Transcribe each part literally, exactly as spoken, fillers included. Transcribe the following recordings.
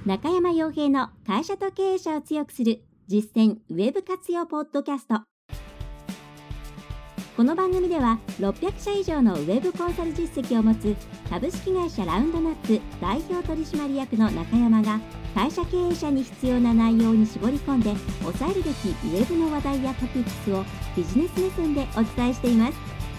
中山洋平の会社と経営者を強くする実践ウェブ活用ポッドキャスト。この番組ではろっぴゃくしゃ以上のウェブコンサル実績を持つ株式会社ラウンドナッツ代表取締役の中山が会社経営者に必要な内容に絞り込んで押さえるべきウェブの話題やトピックスをビジネス目線でお伝えしています。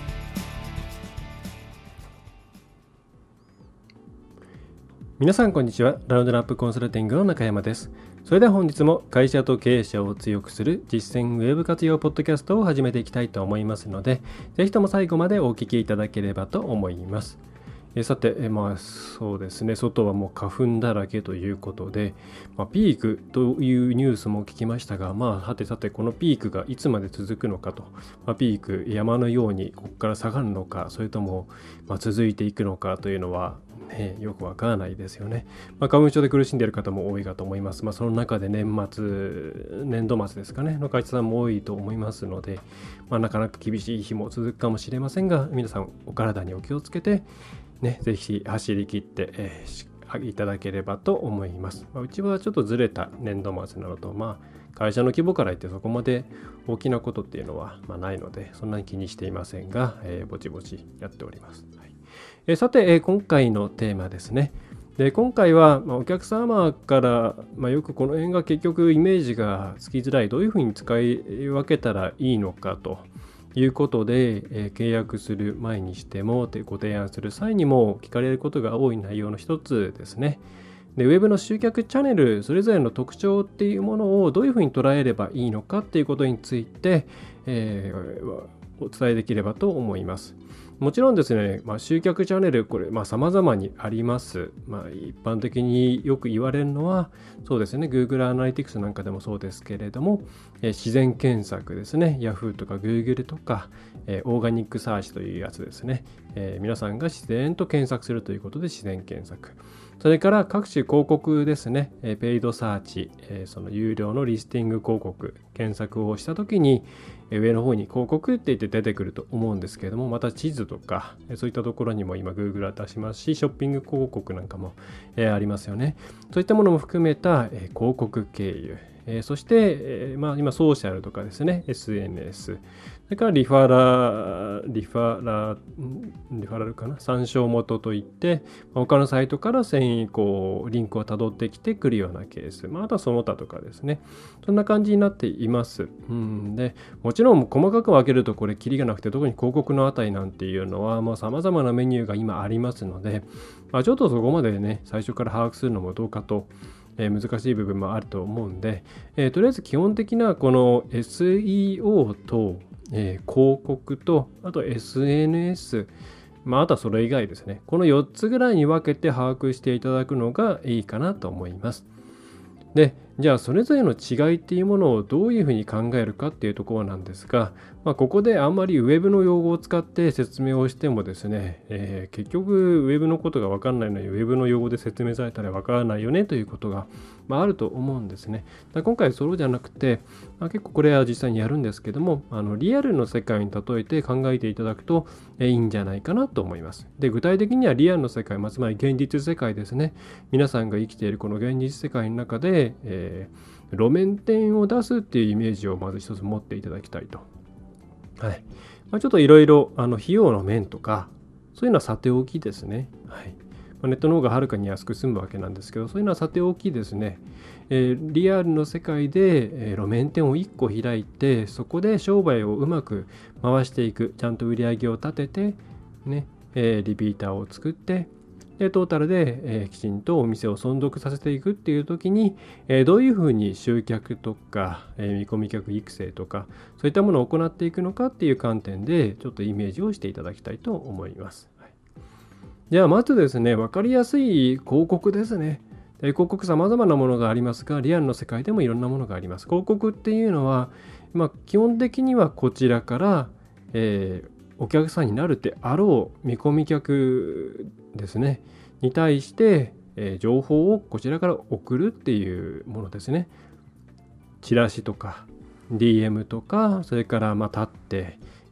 皆さんこんにちは。ラウンドナップコンサルティングの中山です。それでは本日も会社と経営者を強くする実践ウェブ活用ポッドキャストを始めていきたいと思いますので、ぜひとも最後までお聞きいただければと思います。えさて、えまあそうですね、外はもう花粉だらけということで、まあ、ピークというニュースも聞きましたが、まあはてさてこのピークがいつまで続くのかと、まあ、ピーク山のようにここから下がるのか、それともまあ続いていくのかというのは、ね、よくわからないですよね。まあ、花粉症で苦しんでいる方も多いかと思います。まあ、その中で年末、年度末ですかね、の会社さんも多いと思いますので、まあ、なかなか厳しい日も続くかもしれませんが、皆さんお体にお気をつけて、ね、ぜひ走り切って、えー、いただければと思います。まあ、うちはちょっとずれた年度末なのと、まあ、会社の規模から言ってそこまで大きなことっていうのは、まあ、ないので、そんなに気にしていませんが、えー、ぼちぼちやっております。はい。えー、さて、えー、今回のテーマですね。で今回は、まあ、お客様から、まあ、よくこの辺が結局イメージがつきづらい、どういうふうに使い分けたらいいのかということで、えー、契約する前にしてもご提案する際にも聞かれることが多い内容の一つですね。でウェブの集客チャンネルそれぞれの特徴っていうものをどういうふうに捉えればいいのかっていうことについて、えー、お伝えできればと思います。もちろんですね、まあ、集客チャンネルこれまあ様々にあります。まあ、一般的によく言われるのはそうですね、Google アナリティクスなんかでもそうですけれども、えー、自然検索ですね、Yahoo とか Google とか、えー、オーガニックサーチというやつですね、えー、皆さんが自然と検索するということで自然検索。それから各種広告ですね、えー、ペイドサーチ、えー、その有料のリスティング広告、検索をしたときに、上の方に広告って言って出てくると思うんですけれども、また地図とかそういったところにも今 Google は出しますし、ショッピング広告なんかもありますよね。そういったものも含めた広告経由、そしてまあ今ソーシャルとかですね、エスエヌエス、それからリファラリファラリファラルかな、参照元といって他のサイトから遷移こうリンクをたどってきてくるようなケース、まあ、あとはその他とかですね、そんな感じになっています。うん、でもちろん細かく分けるとこれキリがなくて、特に広告の値なんていうのはもう様々なメニューが今ありますので、まあ、ちょっとそこまでね最初から把握するのもどうかと、えー、難しい部分もあると思うんで、えー、とりあえず基本的なこの エスイーオー とえー、広告とあと エスエヌエス、まあ、あとはそれ以外ですね、このよっつぐらいに分けて把握していただくのがいいかなと思います。でじゃあそれぞれの違いっていうものをどういうふうに考えるかっていうところなんですが、まあ、ここであんまりウェブの用語を使って説明をしてもですね、えー、結局ウェブのことが分かんないのにウェブの用語で説明されたら分からないよねということが、まあ、あると思うんですね。だ今回そうじゃなくて、まあ、結構これは実際にやるんですけども、あのリアルの世界に例えて考えていただくといいんじゃないかなと思います。で具体的にはリアルの世界、まあ、つまり現実世界ですね。皆さんが生きているこの現実世界の中で、えー路面店を出すっていうイメージをまず一つ持っていただきたいと。はいまあ、ちょっといろいろ費用の面とかそういうのはさておきですね。はいまあ、ネットの方がはるかに安く済むわけなんですけど、そういうのはさておきですね、えー、リアルの世界で、えー、路面店をいっこ開いてそこで商売をうまく回していく、ちゃんと売り上げを立てて、ねえー、リピーターを作ってでトータルで、えー、きちんとお店を存続させていくっていう時に、えー、どういうふうに集客とか、えー、見込み客育成とかそういったものを行っていくのかっていう観点でちょっとイメージをしていただきたいと思います。はい、じゃあまずですね、分かりやすい広告ですね。で広告様々なものがありますが、リアルの世界でもいろんなものがあります。広告っていうのは、まあ、基本的にはこちらから、えーお客さんになるであろう見込み客ですねに対して、えー、情報をこちらから送るっていうものですね。チラシとか ディーエム とか、それからまあ立って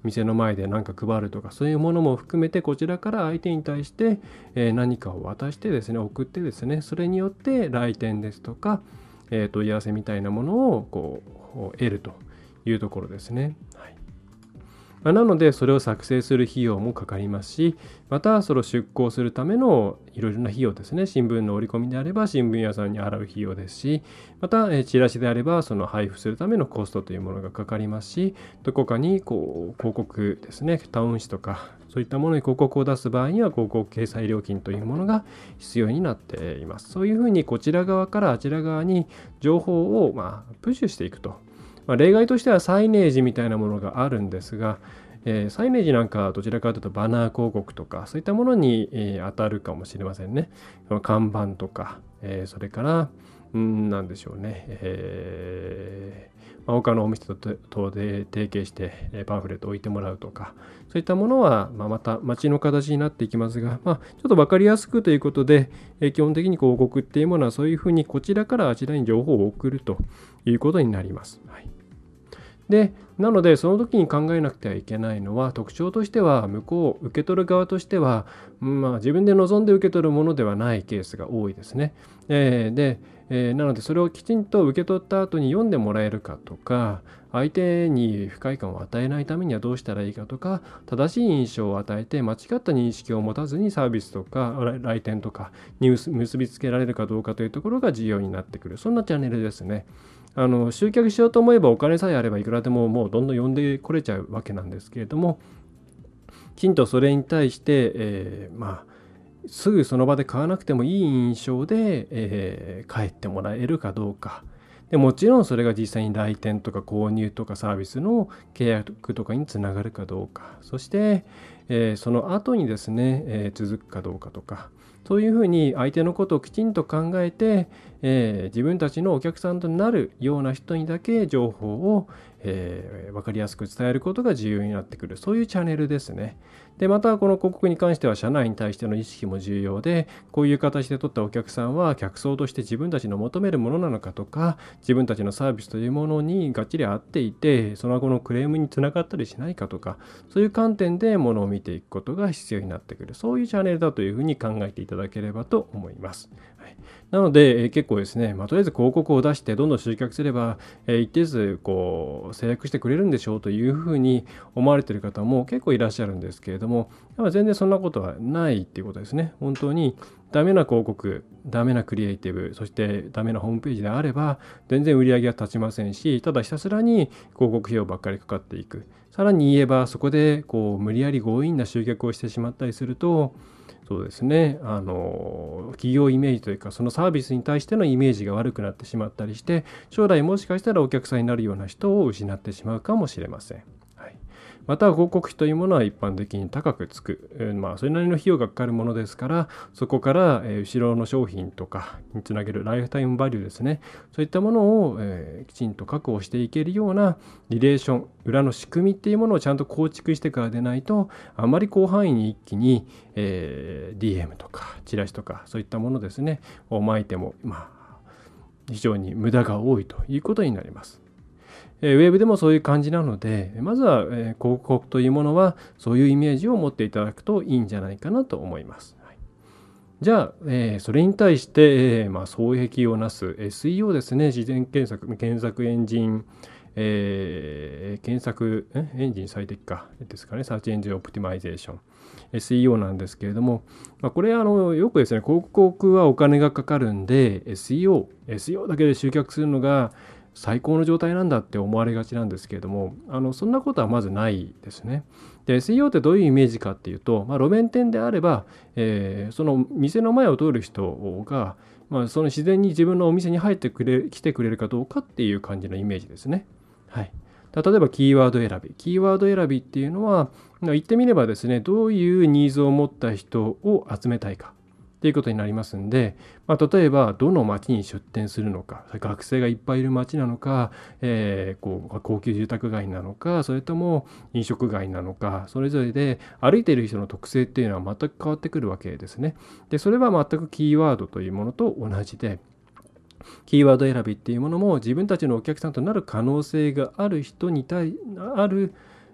店の前で何か配るとか、そういうものも含めてこちらから相手に対して、えー、何かを渡してですね、送ってですね、それによって来店ですとか、えー、問い合わせみたいなものをこう得るというところですね。はい。まあ、なのでそれを作成する費用もかかりますし、またそれを出稿するためのいろいろな費用ですね。新聞の折り込みであれば新聞屋さんに払う費用ですし、またえチラシであればその配布するためのコストというものがかかりますし、どこかにこう広告ですね、タウン誌とかそういったものに広告を出す場合には広告掲載料金というものが必要になっています。そういうふうにこちら側からあちら側に情報をまあプッシュしていくと。まあ、例外としてはサイネージみたいなものがあるんですが、えー、サイネージなんかはどちらかというとバナー広告とかそういったものに、えー、当たるかもしれませんね。看板とか、えー、それからんなんでしょうね、えーまあ、他のお店ととで提携してパンフレットを置いてもらうとか、そういったものは、まあ、また街の形になっていきますが、まあ、ちょっと分かりやすくということで、えー、基本的に広告っていうものはそういうふうにこちらからあちらに情報を送るということになります。はい。で、なのでその時に考えなくてはいけないのは、特徴としては向こう受け取る側としては、まあ、自分で望んで受け取るものではないケースが多いですね。えー、で、えー、なのでそれをきちんと受け取った後に読んでもらえるかとか、相手に不快感を与えないためにはどうしたらいいかとか、正しい印象を与えて間違った認識を持たずにサービスとか来店とかに結びつけられるかどうかというところが重要になってくる、そんなチャンネルですね。あの集客しようと思えばお金さえあればいくらでももうどんどん呼んでこれちゃうわけなんですけれども、きちんとそれに対して、えー、まあすぐその場で買わなくてもいい印象で、えー、帰ってもらえるかどうかで、もちろんそれが実際に来店とか購入とかサービスの契約とかにつながるかどうか、そして、えー、その後にですね、えー、続くかどうかとか、そういうふうに相手のことをきちんと考えて、えー、自分たちのお客さんとなるような人にだけ情報を、えー、分かりやすく伝えることが重要になってくる、そういうチャンネルですね。で、またこの広告に関しては社内に対しての意識も重要で、こういう形で取ったお客さんは客層として自分たちの求めるものなのかとか、自分たちのサービスというものにがっちり合っていて、その後のクレームにつながったりしないかとか、そういう観点でものを見ていくことが必要になってくる、そういうチャンネルだというふうに考えていただければと思います。はい、なので、えー、結構ですね、まあ、とりあえず広告を出してどんどん集客すれば、えー、一定数こう制約してくれるんでしょうというふうに思われている方も結構いらっしゃるんですけれども、全然そんなことはないっていうことですね。本当にダメな広告、ダメなクリエイティブ、そしてダメなホームページであれば全然売り上げは立ちませんし、ただひたすらに広告費用ばっかりかかっていく。さらに言えばそこでこう無理やり強引な集客をしてしまったりすると、そうですね、あの企業イメージというかそのサービスに対してのイメージが悪くなってしまったりして、将来もしかしたらお客さんになるような人を失ってしまうかもしれません。はい、また広告費というものは一般的に高くつく、えー、まあそれなりの費用がかかるものですから、そこから、えー、後ろの商品とかにつなげるライフタイムバリューですね、そういったものを、えー、きちんと確保していけるようなリレーション、裏の仕組みっていうものをちゃんと構築してからでないと、あまり広範囲に一気に、えー、ディーエム とかチラシとかそういったものですねを巻いても、まあ非常に無駄が多いということになります。ウェブでもそういう感じなので、まずは広告というものはそういうイメージを持っていただくといいんじゃないかなと思います。はい、じゃあ、えー、それに対して、えーまあ、双璧をなす エスイーオー ですね、事前検索、検索エンジン、えー、検索エンジン最適化ですかね、サーチエンジンオプティマイゼーション、エスイーオー なんですけれども、まあ、これあのよくですね、広告はお金がかかるんで エスイーオー、エスイーオー だけで集客するのが最高の状態なんだって思われがちなんですけれども、あのそんなことはまずないですね。で エスイーオー ってどういうイメージかっていうと、まあ、路面店であれば、えー、その店の前を通る人が、まあ、その自然に自分のお店に入ってくれ来てくれるかどうかっていう感じのイメージですね。はい、例えばキーワード選び。キーワード選びっていうのは、言ってみればですね、どういうニーズを持った人を集めたいかっていうことになりますんで、まあ、例えばどの町に出店するのか、学生がいっぱいいる町なのか、えー、こう高級住宅街なのか、それとも飲食街なのか、それぞれで歩いている人の特性っていうのは全く変わってくるわけですね。で、それは全くキーワードというものと同じで、キーワード選びっていうものも自分たちのお客さんとなる可能性がある人に対ある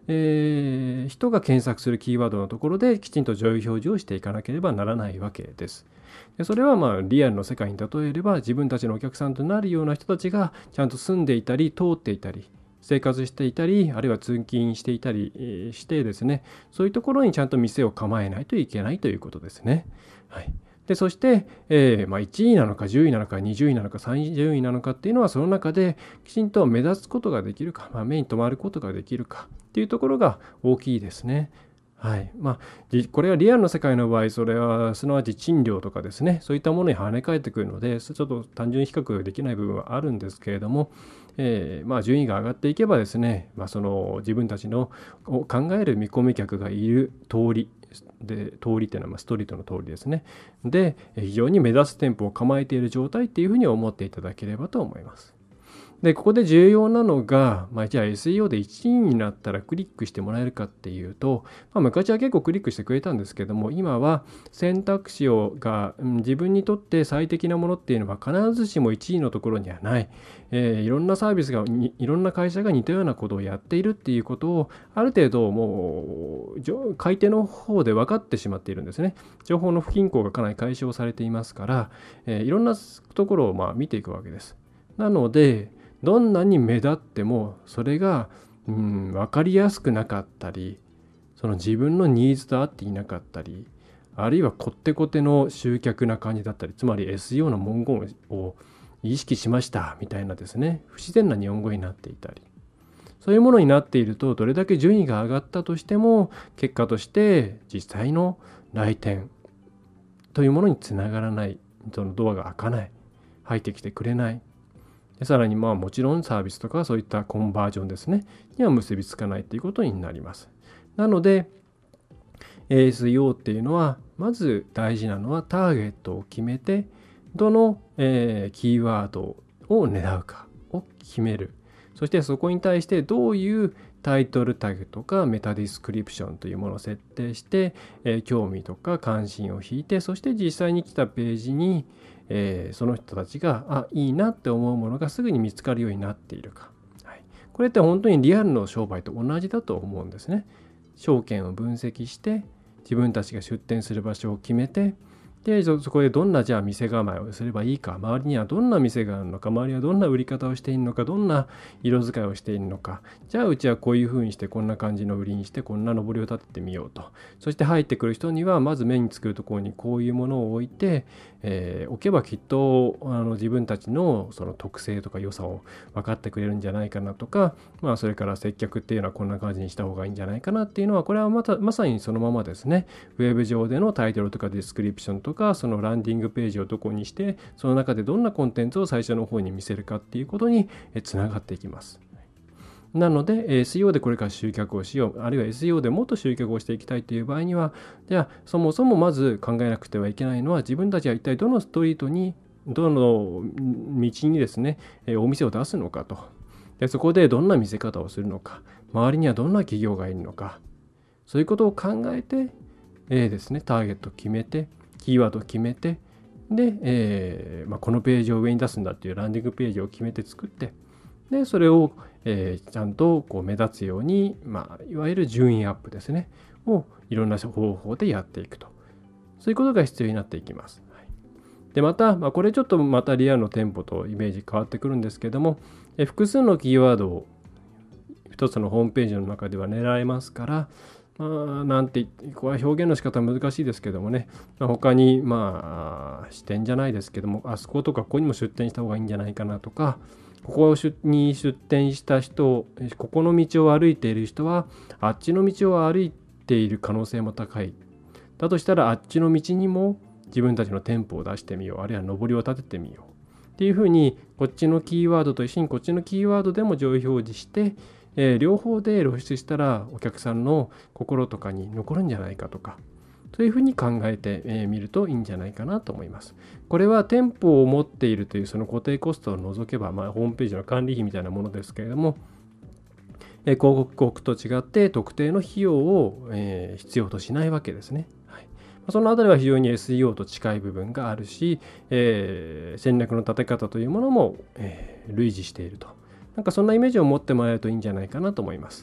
えー、人が検索するキーワードのところできちんと上位表示をしていかなければならないわけです。でそれはまあリアルの世界に例えれば、自分たちのお客さんとなるような人たちがちゃんと住んでいたり通っていたり生活していたり、あるいは通勤していたりしてですね、そういうところにちゃんと店を構えないといけないということですね。はい。でそして、えーまあ、いちいなのかじゅういなのかにじゅういなのかさんじゅういなのかっていうのは、その中できちんと目立つことができるか、まあ、目に留まることができるかっていうところが大きいですね。はい。まあ、これはリアルの世界の場合、それはすなわち賃料とかですね、そういったものに跳ね返ってくるので、ちょっと単純比較できない部分はあるんですけれども、えーまあ、順位が上がっていけばですね、まあ、その自分たちの考える見込み客がいる通りで、通りっていうのはまあストリートの通りですね。で、非常に目立つ店舗を構えている状態っていうふうに思っていただければと思います。で、ここで重要なのが、まあ、じゃあ エスイーオー でいちいになったらクリックしてもらえるかっていうと、まあ、昔は結構クリックしてくれたんですけども、今は選択肢をが、うん、自分にとって最適なものっていうのは必ずしもいちいのところにはない、えー、いろんなサービスが、いろんな会社が似たようなことをやっているっていうことを、ある程度もう買い手の方で分かってしまっているんですね。情報の不均衡がかなり解消されていますから、えー、いろんなところをまあ見ていくわけです。なので、どんなに目立ってもそれが、うん、分かりやすくなかったり、その自分のニーズと合っていなかったり、あるいはこってこての集客な感じだったり、つまり エスイーオー の文言を意識しましたみたいなですね、不自然な日本語になっていたり、そういうものになっていると、どれだけ順位が上がったとしても、結果として実際の来店というものにつながらない、そのドアが開かない、入ってきてくれない。でさらにまあもちろんサービスとかそういったコンバージョンですねには結びつかないということになります。なので エスイーオー っていうのは、まず大事なのはターゲットを決めて、どの、えー、キーワードを狙うかを決める。そしてそこに対してどういうタイトルタグとかメタディスクリプションというものを設定して、えー、興味とか関心を引いて、そして実際に来たページにえー、その人たちがあいいなって思うものがすぐに見つかるようになっているか、はい、これって本当にリアルの商売と同じだと思うんですね。証券を分析して自分たちが出店する場所を決めて、でそこでどんなじゃあ店構えをすればいいか、周りにはどんな店があるのか、周りはどんな売り方をしているのか、どんな色使いをしているのか、じゃあうちはこういう風にしてこんな感じの売りにしてこんな上りを立ててみようと。そして入ってくる人にはまず目につくところにこういうものを置いて、えー、置けばきっとあの自分たちのその特性とか良さを分かってくれるんじゃないかなとか、まあ、それから接客っていうのはこんな感じにした方がいいんじゃないかなっていうのは、これはまたまさにそのままですね。ウェブ上でのタイトルとかディスクリプションとか、そのランディングページをどこにして、その中でどんなコンテンツを最初の方に見せるかっていうことにつながっていきます。なので エスイーオー でこれから集客をしよう、あるいは エスイーオー でもっと集客をしていきたいという場合には、じゃあそもそもまず考えなくてはいけないのは、自分たちは一体どのストリートに、どの道にですね、お店を出すのかと。でそこでどんな見せ方をするのか、周りにはどんな企業がいるのか、そういうことを考えて、えー、ですね、ターゲットを決めて、キーワードを決めて、で、えーまあ、このページを上に出すんだっていうランディングページを決めて作って、でそれを、えー、ちゃんとこう目立つように、まあ、いわゆる順位アップですねをいろんな方法でやっていくと、そういうことが必要になっていきます。はい、でまた、まあ、これちょっとまたリアルの店舗とイメージ変わってくるんですけども、えー、複数のキーワードを一つのホームページの中では狙えますから、まあ、なんてこれは表現の仕方は難しいですけどもね、まあ、他にまあ支店じゃないですけども、あそことかここにも出店した方がいいんじゃないかなとか、ここに出店した人、ここの道を歩いている人はあっちの道を歩いている可能性も高い。だとしたらあっちの道にも自分たちの店舗を出してみよう、あるいは上りを立ててみようっていうふうに、こっちのキーワードと一緒にこっちのキーワードでも上位表示して、えー、両方で露出したらお客さんの心とかに残るんじゃないかとか、そういうふうに考えてみ、えー、るといいんじゃないかなと思います。これは店舗を持っているというその固定コストを除けば、まあ、ホームページの管理費みたいなものですけれども、えー、広告と違って特定の費用を、えー、必要としないわけですね。はい、そのあたりは非常に エスイーオー と近い部分があるし、えー、戦略の立て方というものも、えー、類似していると。なんかそんなイメージを持ってもらえるといいんじゃないかなと思います。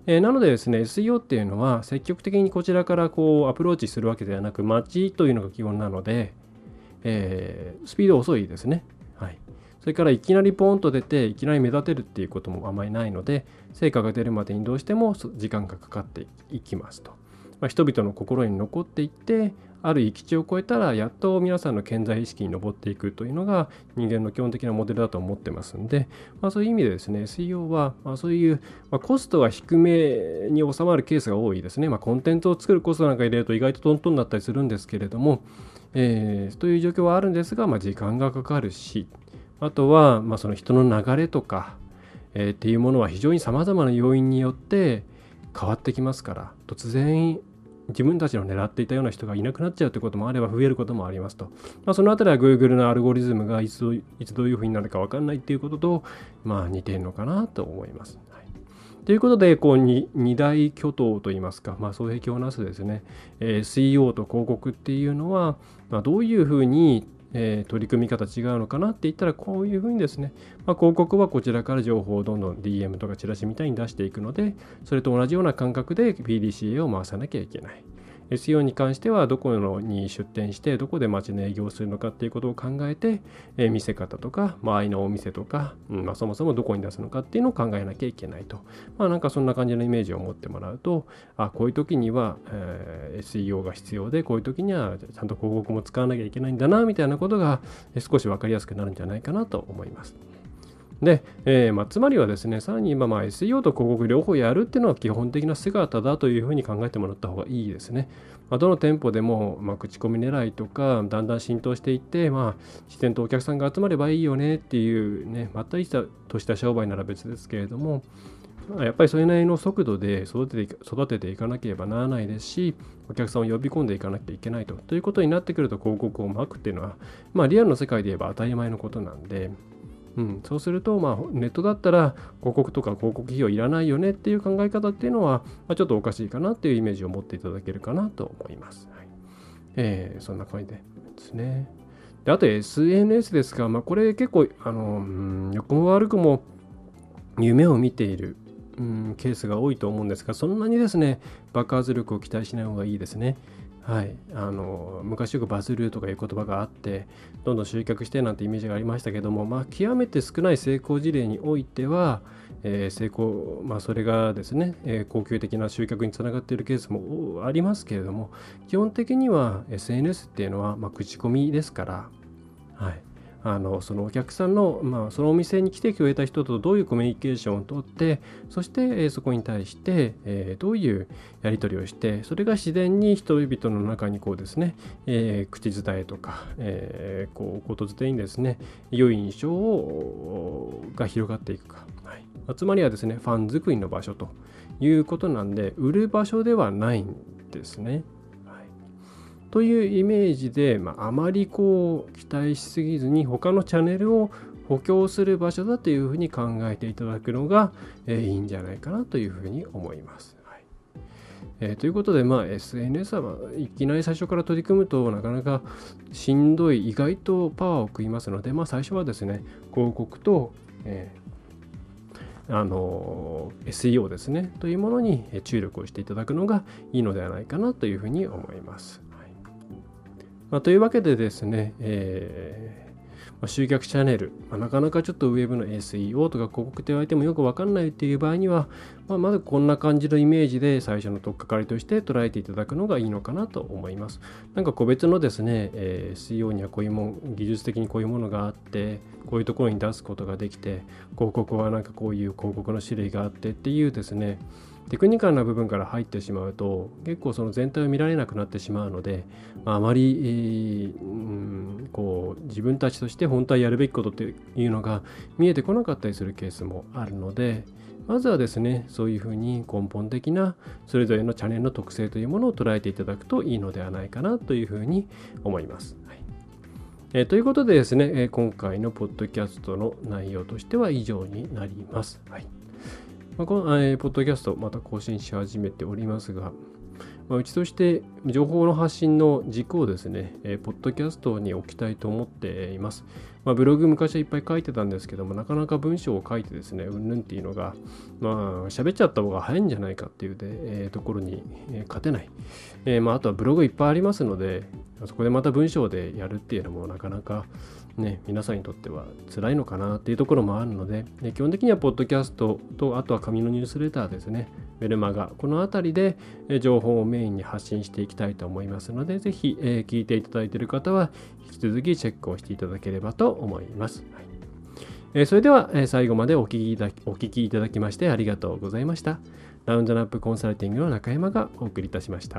えー、なのでですね、エスイーオー っていうのは積極的にこちらからこうアプローチするわけではなく、待ちというのが基本なので、えー、スピード遅いですね。はい。それからいきなりポーンと出て、いきなり目立てるっていうこともあまりないので、成果が出るまでにどうしても時間がかかっていきますと。まあ、人々の心に残っていって、ある域地を超えたらやっと皆さんの潜在意識に上っていくというのが人間の基本的なモデルだと思ってますんで、まあ、そういう意味でですね エスイーオー はまあそういう、まあ、コストが低めに収まるケースが多いですね。まあ、コンテンツを作るコストなんか入れると意外とトントンになったりするんですけれども、えー、という状況はあるんですが、まあ、時間がかかるし、あとはまあその人の流れとか、えー、っていうものは非常にさまざまな要因によって変わってきますから、突然自分たちの狙っていたような人がいなくなっちゃうということもあれば増えることもありますと。まあ、そのあたりは Google のアルゴリズムがいつどいつどういうふうになるか分かんないっていうことと、まあ、似ているのかなと思います。はい、ということで、こうに二大巨頭といいますか、まあ、双璧をなすですね、エスイーオー と広告っていうのは、まあ、どういうふうにえー、取り組み方違うのかなって言ったら、こういうふうにですね、まあ、広告はこちらから情報をどんどん ディーエム とかチラシみたいに出していくので、それと同じような感覚で ピーディーシーエー を回さなきゃいけない。エスイーオー に関してはどこに出店してどこで街の営業をするのかっていうことを考えて、えー、見せ方とか周りのお店とか、うんまあ、そもそもどこに出すのかっていうのを考えなきゃいけないと、まあ、なんかそんな感じのイメージを持ってもらうと、あこういう時には、えー、エスイーオー が必要で、こういう時にはちゃんと広告も使わなきゃいけないんだなみたいなことが少し分かりやすくなるんじゃないかなと思います。で、えーまあ、つまりはですね、さらに今、まあ、エスイーオー と広告両方やるっていうのは基本的な姿だというふうに考えてもらった方がいいですね。まあ、どの店舗でも、まあ、口コミ狙いとかだんだん浸透していって、まあ、自然とお客さんが集まればいいよねっていうね、まったりとした商売なら別ですけれども、まあ、やっぱりそれなりの速度で育てて育てていかなければならないですし、お客さんを呼び込んでいかなきゃいけないと。ということになってくると、広告を巻くっていうのは、まあ、リアルの世界で言えば当たり前のことなんで、うん、そうすると、まあ、ネットだったら広告とか広告費用いらないよねっていう考え方っていうのは、まあ、ちょっとおかしいかなっていうイメージを持っていただけるかなと思います。はいえー、そんな感じでですね。であと エスエヌエス ですが、まあ、これ結構あの、うん、良くも悪くも夢を見ている、うん、ケースが多いと思うんですが、そんなにですね、爆発力を期待しない方がいいですね。はい、あの昔よくバズるとかいう言葉があって、どんどん集客してなんてイメージがありましたけども、まあ、極めて少ない成功事例においては、えー、成功、まあ、それがですね、えー、恒久的な集客につながっているケースもありますけれども、基本的には エスエヌエス っていうのは、まあ、口コミですから、はい、あのそのお客さんの、まあ、そのお店に来てくれた人とどういうコミュニケーションをとって、そして、えー、そこに対して、えー、どういうやり取りをして、それが自然に人々の中にこうですね、えー、口伝えとか、えー、こうことづてにですね、良い印象をが広がっていくか、はい、つまりはですね、ファン作りの場所ということなんで、売る場所ではないんですね。というイメージで、まあ、あまりこう期待しすぎずに他のチャンネルを補強する場所だというふうに考えていただくのが、えー、いいんじゃないかなというふうに思います。はいえー、ということで、まあ、エスエヌエス は、まあ、いきなり最初から取り組むとなかなかしんどい、意外とパワーを食いますので、まあ、最初はですね、広告と、えーあの エスイーオー ですねというものに注力をしていただくのがいいのではないかなというふうに思います。まあ、というわけでですね、えーまあ、集客チャンネル、まあ、なかなかちょっとウェブの エスイーオー とか広告って言われてもよくわかんないっていう場合には、まあ、まずこんな感じのイメージで最初の取っかかりとして捉えていただくのがいいのかなと思います。なんか個別のですね、えー、エスイーオー にはこういうもん、技術的にこういうものがあって、こういうところに出すことができて、広告はなんかこういう広告の種類があってっていうですね、テクニカルな部分から入ってしまうと結構その全体を見られなくなってしまうので、まあ、あまり、えーうん、こう自分たちとして本当はやるべきことっていうのが見えてこなかったりするケースもあるので、まずはですね、そういうふうに根本的なそれぞれのチャンネルの特性というものを捉えていただくといいのではないかなというふうに思います。はいえー、ということでですね、えー、今回のポッドキャストの内容としては以上になります。はいまあ、この、えー、ポッドキャストまた更新し始めておりますが、まあ、うちとして情報の発信の軸をですね、えー、ポッドキャストに置きたいと思っています。 まあ、ブログ昔はいっぱい書いてたんですけども、なかなか文章を書いてですね、うんぬんっていうのが、まあ、喋っちゃった方が早いんじゃないかっていうで、えー、ところに、えー、勝てない。えーまあ、あとはブログいっぱいありますので、そこでまた文章でやるっていうのもなかなかね、皆さんにとっては辛いのかなっていうところもあるので、で基本的にはポッドキャストと、あとは紙のニュースレターですね、メルマガ、このあたりで情報をメインに発信していきたいと思いますので、ぜひ、えー、聞いていただいている方は引き続きチェックをしていただければと思います。はい、えー、それでは、えー、最後までお聞きいただき、お聞きいただきましてありがとうございました。ラウンドナップコンサルティングの中山がお送りいたしました。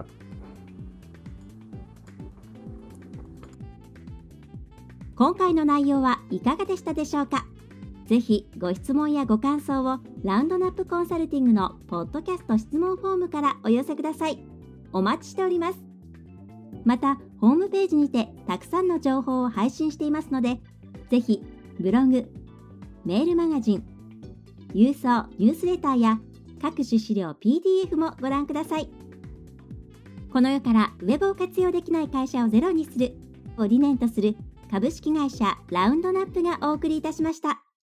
今回の内容はいかがでしたでしょうか。ぜひご質問やご感想をラウンドナップコンサルティングのポッドキャスト質問フォームからお寄せください。お待ちしております。またホームページにてたくさんの情報を配信していますので、ぜひブログ、メールマガジン、郵送ニュースレターや各種資料 ピーディーエフ もご覧ください。この世からウェブを活用できない会社をゼロにするを理念とする株式会社ラウンドナップがお送りいたしました。